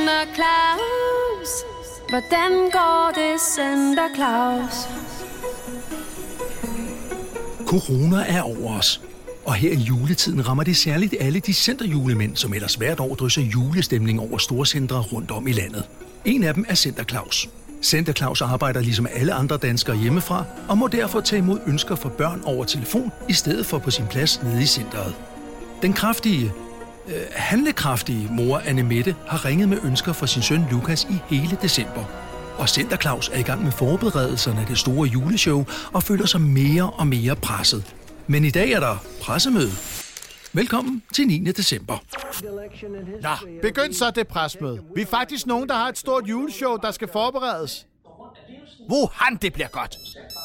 Santa Claus? Hvordan går det, Santa Claus? Corona er over os, og her i juletiden rammer det særligt alle de centerjulemænd, som ellers hvert år drysser julestemning over storcentre rundt om i landet. En af dem er Santa Claus. Santa Claus arbejder ligesom alle andre danskere hjemmefra, og må derfor tage imod ønsker fra børn over telefon, i stedet for på sin plads nede i centret. Den handlekraftige mor Annemette har ringet med ønsker for sin søn Lukas i hele december. Og Santa Claus er i gang med forberedelserne af det store juleshow og føler sig mere og mere presset. Men i dag er der pressemøde. Velkommen til 9. december. Nå, begynd så det pressemøde. Vi er faktisk nogen, der har et stort juleshow, der skal forberedes. Wuhan, det bliver godt.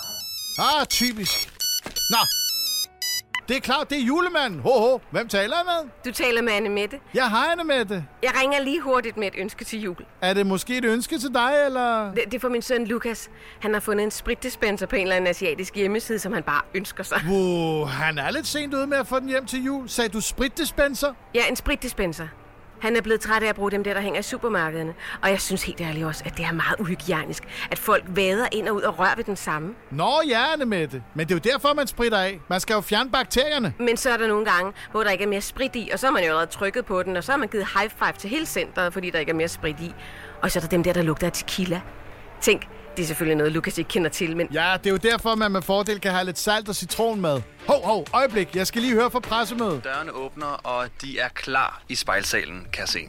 Typisk. Nå, det er klart, det er julemanden. Ho. Hvem taler jeg med? Du taler med Annemette. Ja, hej Annemette. Jeg ringer lige hurtigt med et ønske til jul. Er det måske et ønske til dig, eller? Det er for min søn Lukas. Han har fundet en spritdispenser på en eller anden asiatisk hjemmeside, som han bare ønsker sig. Han er lidt sent ude med at få den hjem til jul. Sagde du spritdispenser? Ja, en spritdispenser. Han er blevet træt af at bruge dem der hænger i supermarkederne. Og jeg synes helt ærligt også, at det er meget uhygiejnisk, at folk vader ind og ud og rører ved den samme. Nå ja, Annemette. Men det er jo derfor, man spritter af. Man skal jo fjerne bakterierne. Men så er der nogle gange, hvor der ikke er mere sprit i, og så har man jo allerede trykket på den, og så har man givet high five til hele centret, fordi der ikke er mere sprit i. Og så er der dem der lugter af tequila. Tænk, det er selvfølgelig noget, Lukas ikke kender til, men... Ja, det er jo derfor, man med fordel kan have lidt salt og citron med. Øjeblik. Jeg skal lige høre fra pressemødet. Dørene åbner, og de er klar i spejlsalen, kan jeg se.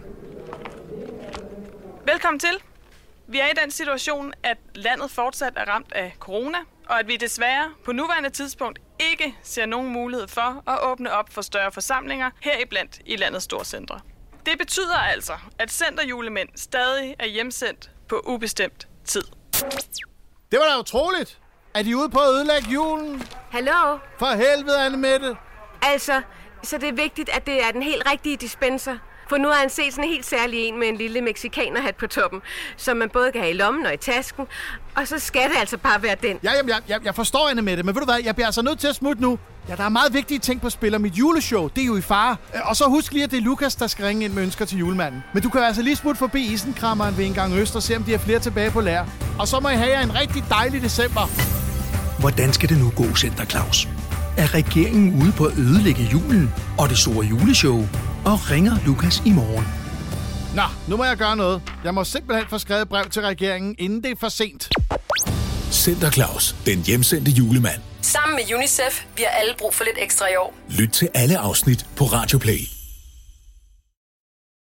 Velkommen til. Vi er i den situation, at landet fortsat er ramt af corona, og at vi desværre på nuværende tidspunkt ikke ser nogen mulighed for at åbne op for større forsamlinger heriblandt i landets storcentre. Det betyder altså, at centerjulemænd stadig er hjemsendt på ubestemt tid. Det var da utroligt. Er de ude på at ødelægge julen? Hallo? For helvede, Annemette. Altså, så det er vigtigt, at det er den helt rigtige dispenser. For nu har han set sådan en helt særlig en med en lille mexikanerhat på toppen, som man både kan have i lommen og i tasken. Og så skal det altså bare være den. Jeg forstår, Annemette, men ved du hvad, jeg bliver altså nødt til at smutte nu. Ja, der er meget vigtige ting på spil, og mit juleshow, det er jo i fare. Og så husk lige, at det er Lukas, der skal ringe ind med ønsker til julemanden. Men du kan altså lige smutte forbi isenkrammeren ved en gang øst og se, om de har flere tilbage på lager. Og så må I have jer en rigtig dejlig december. Hvordan skal det nu gå, Santa Claus? Er regeringen ude på at ødelægge julen og det store juleshow? Og ringer Lukas i morgen? Nå, nu må jeg gøre noget. Jeg må simpelthen få skrevet brev til regeringen, inden det er for sent. Santa Claus, den hjemsendte julemand. Sammen med UNICEF, vi har alle brug for lidt ekstra i år. Lyt til alle afsnit på Radio Play.